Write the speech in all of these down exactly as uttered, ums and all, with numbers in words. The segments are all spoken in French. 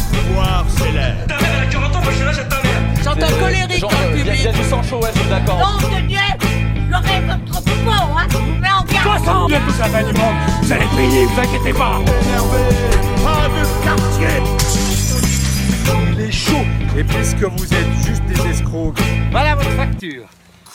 Pouvoir, c'est l'air. Ta mère, elle a quarante ans, moi je suis là, j'ai ta mère. J'entends colérique Genre, dans le il y, public. y a du sang chaud, ouais, je suis d'accord. Nom de Dieu, j'aurais comme trop fort, hein. Je vous mets en garde. soixante-deux tout ça va du monde. Vous allez payer, vous inquiétez pas. Énervé, pas de quartier. Il est chaud. Et puisque vous êtes juste des escrocs, Voilà votre facture.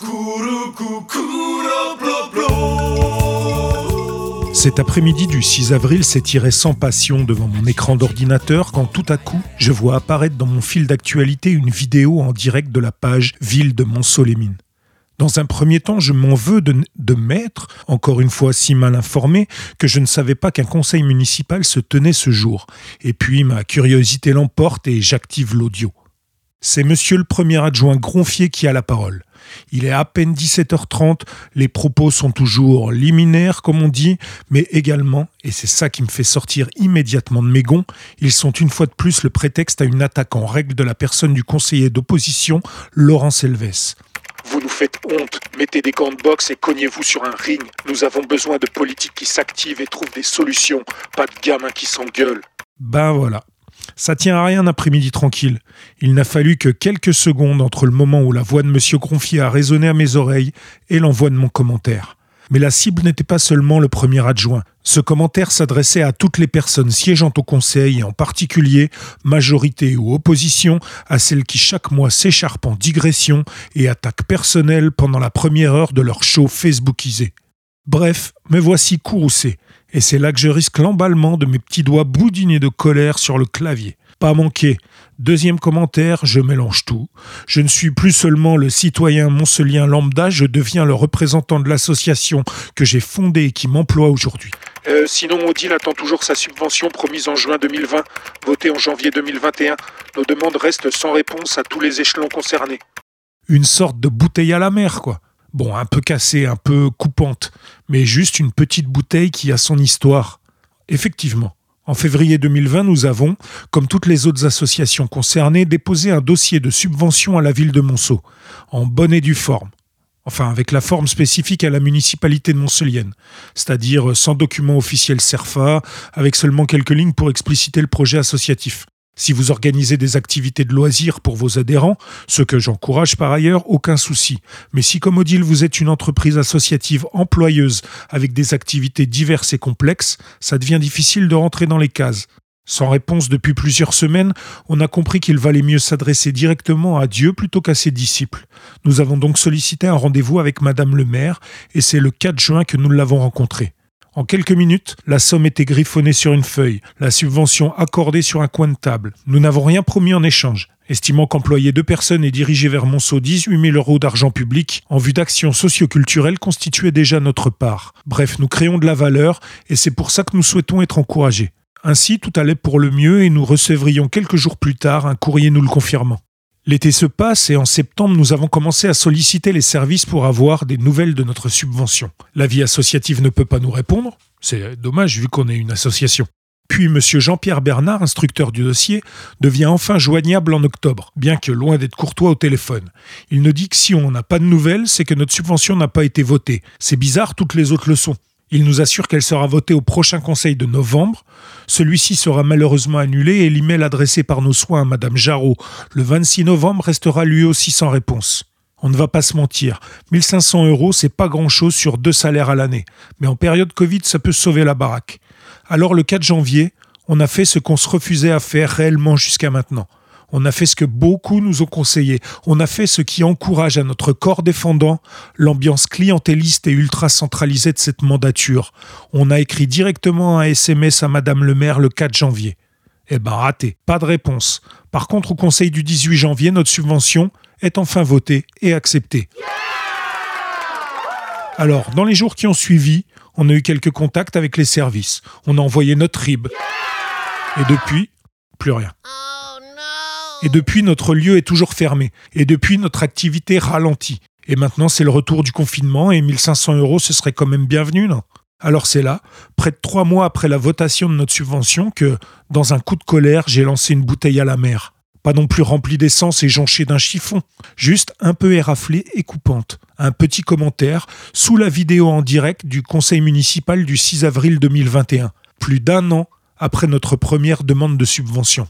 Cet après-midi du six avril s'étirait sans passion devant mon écran d'ordinateur quand tout à coup, je vois apparaître dans mon fil d'actualité une vidéo en direct de la page Ville de Montceau-les-Mines. Dans un premier temps, je m'en veux de, de m'être, encore une fois si mal informé, que je ne savais pas qu'un conseil municipal se tenait ce jour. Et puis ma curiosité l'emporte et j'active l'audio. C'est monsieur le premier adjoint Gronfier qui a la parole. Il est à peine dix-sept heures trente, les propos sont toujours liminaires comme on dit, mais également, et c'est ça qui me fait sortir immédiatement de mes gonds, ils sont une fois de plus le prétexte à une attaque en règle de la personne du conseiller d'opposition, Laurent Selves. Vous nous faites honte, mettez des gants de boxe et cognez-vous sur un ring. Nous avons besoin de politiques qui s'activent et trouvent des solutions, pas de gamins qui s'engueulent. Ben voilà. Ça tient à rien un après-midi tranquille. Il n'a fallu que quelques secondes entre le moment où la voix de monsieur Gronfier a résonné à mes oreilles et l'envoi de mon commentaire. Mais la cible n'était pas seulement le premier adjoint. Ce commentaire s'adressait à toutes les personnes siégeant au conseil et en particulier, majorité ou opposition, à celles qui chaque mois s'écharpent en digression et attaquent personnelles pendant la première heure de leur show facebookisé. Bref, me voici courroucé. Et c'est là que je risque l'emballement de mes petits doigts boudinés de colère sur le clavier. Pas manqué. Deuxième commentaire, je mélange tout. Je ne suis plus seulement le citoyen moncelien lambda, je deviens le représentant de l'association que j'ai fondée et qui m'emploie aujourd'hui. Euh, sinon, Odile attend toujours sa subvention promise en juin deux mille vingt, votée en janvier deux mille vingt et un. Nos demandes restent sans réponse à tous les échelons concernés. Une sorte de bouteille à la mer, quoi. Bon, un peu cassée, un peu coupante, mais juste une petite bouteille qui a son histoire. Effectivement, en février deux mille vingt, nous avons, comme toutes les autres associations concernées, déposé un dossier de subvention à la ville de Monceau, en bonne et due forme. Enfin, avec la forme spécifique à la municipalité de Montcelienne, c'est-à-dire sans document officiel CERFA, avec seulement quelques lignes pour expliciter le projet associatif. Si vous organisez des activités de loisirs pour vos adhérents, ce que j'encourage par ailleurs, aucun souci. Mais si, comme Odile, vous êtes une entreprise associative employeuse avec des activités diverses et complexes, ça devient difficile de rentrer dans les cases. Sans réponse depuis plusieurs semaines, on a compris qu'il valait mieux s'adresser directement à Dieu plutôt qu'à ses disciples. Nous avons donc sollicité un rendez-vous avec Madame le maire et c'est le quatre juin que nous l'avons rencontrée. En quelques minutes, la somme était griffonnée sur une feuille, la subvention accordée sur un coin de table. Nous n'avons rien promis en échange, estimant qu'employer deux personnes et diriger vers Monceau dix-huit mille euros d'argent public en vue d'actions socio-culturelles constituait déjà notre part. Bref, nous créons de la valeur et c'est pour ça que nous souhaitons être encouragés. Ainsi, tout allait pour le mieux et nous recevrions quelques jours plus tard un courrier nous le confirmant. L'été se passe et en septembre, nous avons commencé à solliciter les services pour avoir des nouvelles de notre subvention. La vie associative ne peut pas nous répondre, c'est dommage vu qu'on est une association. Puis M. Jean-Pierre Bernard, instructeur du dossier, devient enfin joignable en octobre, bien que loin d'être courtois au téléphone. Il nous dit que si on n'a pas de nouvelles, c'est que notre subvention n'a pas été votée. C'est bizarre, toutes les autres le sont. Il nous assure qu'elle sera votée au prochain conseil de novembre. Celui-ci sera malheureusement annulé et l'email adressé par nos soins à Madame Jarreau le vingt-six novembre restera lui aussi sans réponse. On ne va pas se mentir, mille cinq cents euros, c'est pas grand-chose sur deux salaires à l'année. Mais en période Covid, ça peut sauver la baraque. Alors le quatre janvier, on a fait ce qu'on se refusait à faire réellement jusqu'à maintenant. On a fait ce que beaucoup nous ont conseillé. On a fait ce qui encourage à notre corps défendant l'ambiance clientéliste et ultra centralisée de cette mandature. On a écrit directement un S M S à Madame le maire le quatre janvier. Eh ben raté, pas de réponse. Par contre, au conseil du dix-huit janvier, notre subvention est enfin votée et acceptée. Alors, dans les jours qui ont suivi, on a eu quelques contacts avec les services. On a envoyé notre R I B. Et depuis, plus rien. Et depuis, notre lieu est toujours fermé. Et depuis, notre activité ralentit. Et maintenant, c'est le retour du confinement et mille cinq cents euros, ce serait quand même bienvenu, non ? Alors c'est là, près de trois mois après la votation de notre subvention, que, dans un coup de colère, j'ai lancé une bouteille à la mer. Pas non plus remplie d'essence et jonchée d'un chiffon, juste un peu éraflée et coupante. Un petit commentaire sous la vidéo en direct du conseil municipal du six avril deux mille vingt et un, plus d'un an après notre première demande de subvention.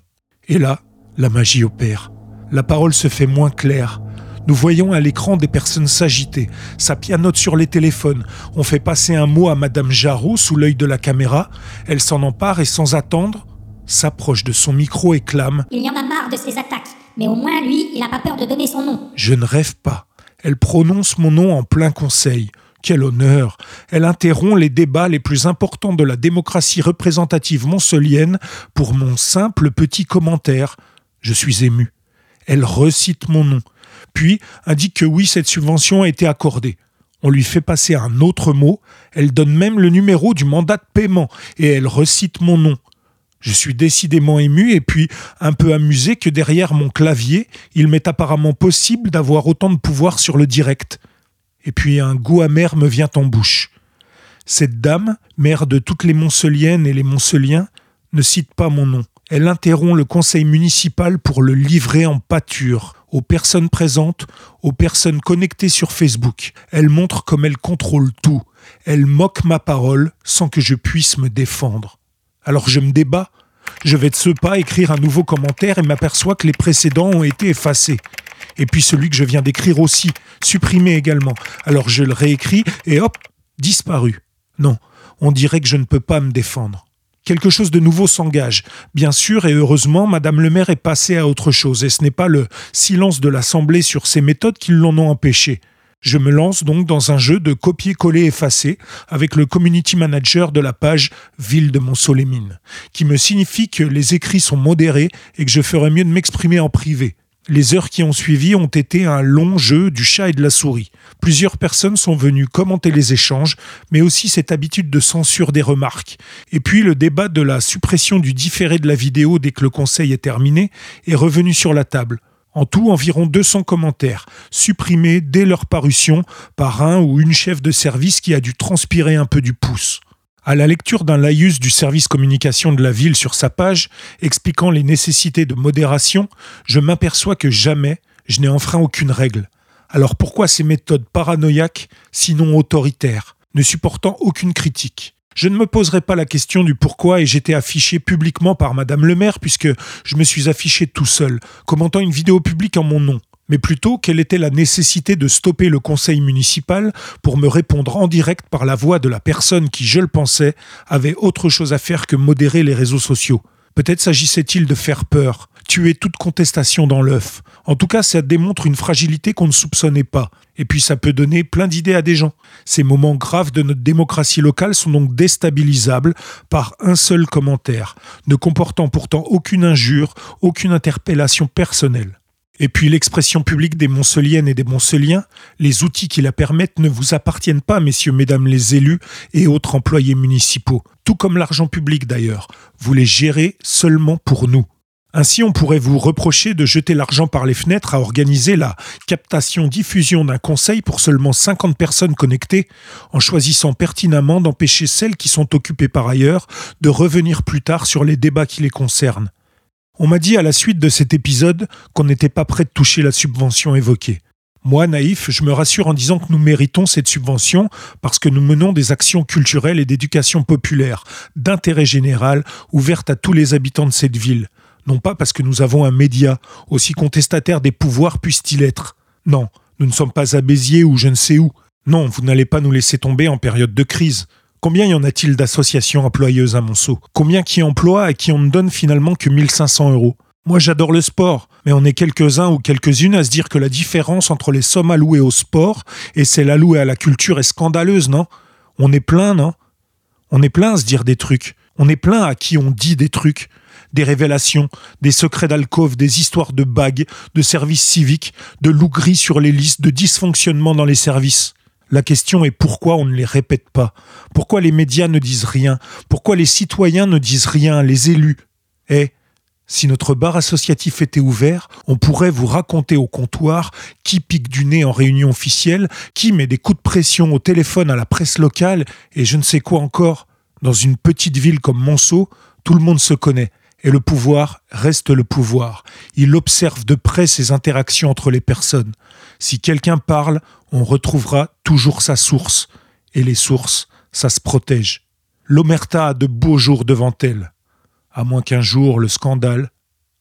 Et là, la magie opère. La parole se fait moins claire. Nous voyons à l'écran des personnes s'agiter. Ça pianote sur les téléphones. On fait passer un mot à Madame Jarreau sous l'œil de la caméra. Elle s'en empare et sans attendre, s'approche de son micro et clame « Il y en a marre de ces attaques, mais au moins lui, il n'a pas peur de donner son nom. » Je ne rêve pas. Elle prononce mon nom en plein conseil. Quel honneur! Elle interrompt les débats les plus importants de la démocratie représentative montcelienne pour mon simple petit commentaire. Je suis ému. Elle recite mon nom, puis indique que oui, cette subvention a été accordée. On lui fait passer un autre mot, elle donne même le numéro du mandat de paiement et elle recite mon nom. Je suis décidément ému et puis un peu amusé que derrière mon clavier, il m'est apparemment possible d'avoir autant de pouvoir sur le direct. Et puis un goût amer me vient en bouche. Cette dame, mère de toutes les Montceliennes et les Montceliens, ne cite pas mon nom. Elle interrompt le conseil municipal pour le livrer en pâture aux personnes présentes, aux personnes connectées sur Facebook. Elle montre comme elle contrôle tout. Elle moque ma parole sans que je puisse me défendre. Alors je me débat. Je vais de ce pas écrire un nouveau commentaire et m'aperçois que les précédents ont été effacés. Et puis celui que je viens d'écrire aussi, supprimé également. Alors je le réécris et hop, disparu. Non, on dirait que je ne peux pas me défendre. Quelque chose de nouveau s'engage. Bien sûr et heureusement, Madame le maire est passée à autre chose et ce n'est pas le silence de l'Assemblée sur ses méthodes qui l'en ont empêché. Je me lance donc dans un jeu de copier-coller-effacer avec le community manager de la page Ville de Montceau-les-Mines, qui me signifie que les écrits sont modérés et que je ferais mieux de m'exprimer en privé. Les heures qui ont suivi ont été un long jeu du chat et de la souris. Plusieurs personnes sont venues commenter les échanges, mais aussi cette habitude de censure des remarques. Et puis le débat de la suppression du différé de la vidéo dès que le conseil est terminé est revenu sur la table. En tout, environ deux cents commentaires, supprimés dès leur parution par un ou une chef de service qui a dû transpirer un peu du pouce. À la lecture d'un laïus du service communication de la ville sur sa page, expliquant les nécessités de modération, je m'aperçois que jamais je n'ai enfreint aucune règle. Alors pourquoi ces méthodes paranoïaques, sinon autoritaires, ne supportant aucune critique ? Je ne me poserai pas la question du pourquoi et j'étais affiché publiquement par Madame le maire puisque je me suis affiché tout seul, commentant une vidéo publique en mon nom. Mais plutôt, quelle était la nécessité de stopper le conseil municipal pour me répondre en direct par la voix de la personne qui, je le pensais, avait autre chose à faire que modérer les réseaux sociaux. Peut-être s'agissait-il de faire peur, tuer toute contestation dans l'œuf. En tout cas, ça démontre une fragilité qu'on ne soupçonnait pas. Et puis ça peut donner plein d'idées à des gens. Ces moments graves de notre démocratie locale sont donc déstabilisables par un seul commentaire, ne comportant pourtant aucune injure, aucune interpellation personnelle. Et puis l'expression publique des Montceliennes et des Montceliens, les outils qui la permettent ne vous appartiennent pas, messieurs, mesdames les élus et autres employés municipaux. Tout comme l'argent public d'ailleurs, vous les gérez seulement pour nous. Ainsi, on pourrait vous reprocher de jeter l'argent par les fenêtres à organiser la captation-diffusion d'un conseil pour seulement cinquante personnes connectées, en choisissant pertinemment d'empêcher celles qui sont occupées par ailleurs de revenir plus tard sur les débats qui les concernent. On m'a dit à la suite de cet épisode qu'on n'était pas prêt de toucher la subvention évoquée. Moi, naïf, je me rassure en disant que nous méritons cette subvention parce que nous menons des actions culturelles et d'éducation populaire, d'intérêt général, ouvertes à tous les habitants de cette ville. Non pas parce que nous avons un média, aussi contestataire des pouvoirs puisse-t-il être. Non, nous ne sommes pas à Béziers ou je ne sais où. Non, vous n'allez pas nous laisser tomber en période de crise. Combien y en a-t-il d'associations employeuses à Monceau ? Combien qui emploient à qui on ne donne finalement que mille cinq cents euros ? Moi j'adore le sport, mais on est quelques-uns ou quelques-unes à se dire que la différence entre les sommes allouées au sport et celles allouées à la culture est scandaleuse, non ? On est plein, non ? On est plein à se dire des trucs. On est plein à qui on dit des trucs. Des révélations, des secrets d'alcôve, des histoires de bagues, de services civiques, de loups gris sur les listes, de dysfonctionnement dans les services. La question est pourquoi on ne les répète pas ? Pourquoi les médias ne disent rien ? Pourquoi les citoyens ne disent rien, les élus ? Eh, si notre bar associatif était ouvert, on pourrait vous raconter au comptoir qui pique du nez en réunion officielle, qui met des coups de pression au téléphone à la presse locale et je ne sais quoi encore. Dans une petite ville comme Monceau, tout le monde se connaît. Et le pouvoir reste le pouvoir. Il observe de près ces interactions entre les personnes. Si quelqu'un parle, on retrouvera toujours sa source. Et les sources, ça se protège. L'omerta a de beaux jours devant elle. À moins qu'un jour, le scandale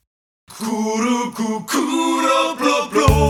Kuru kukuro plo plo.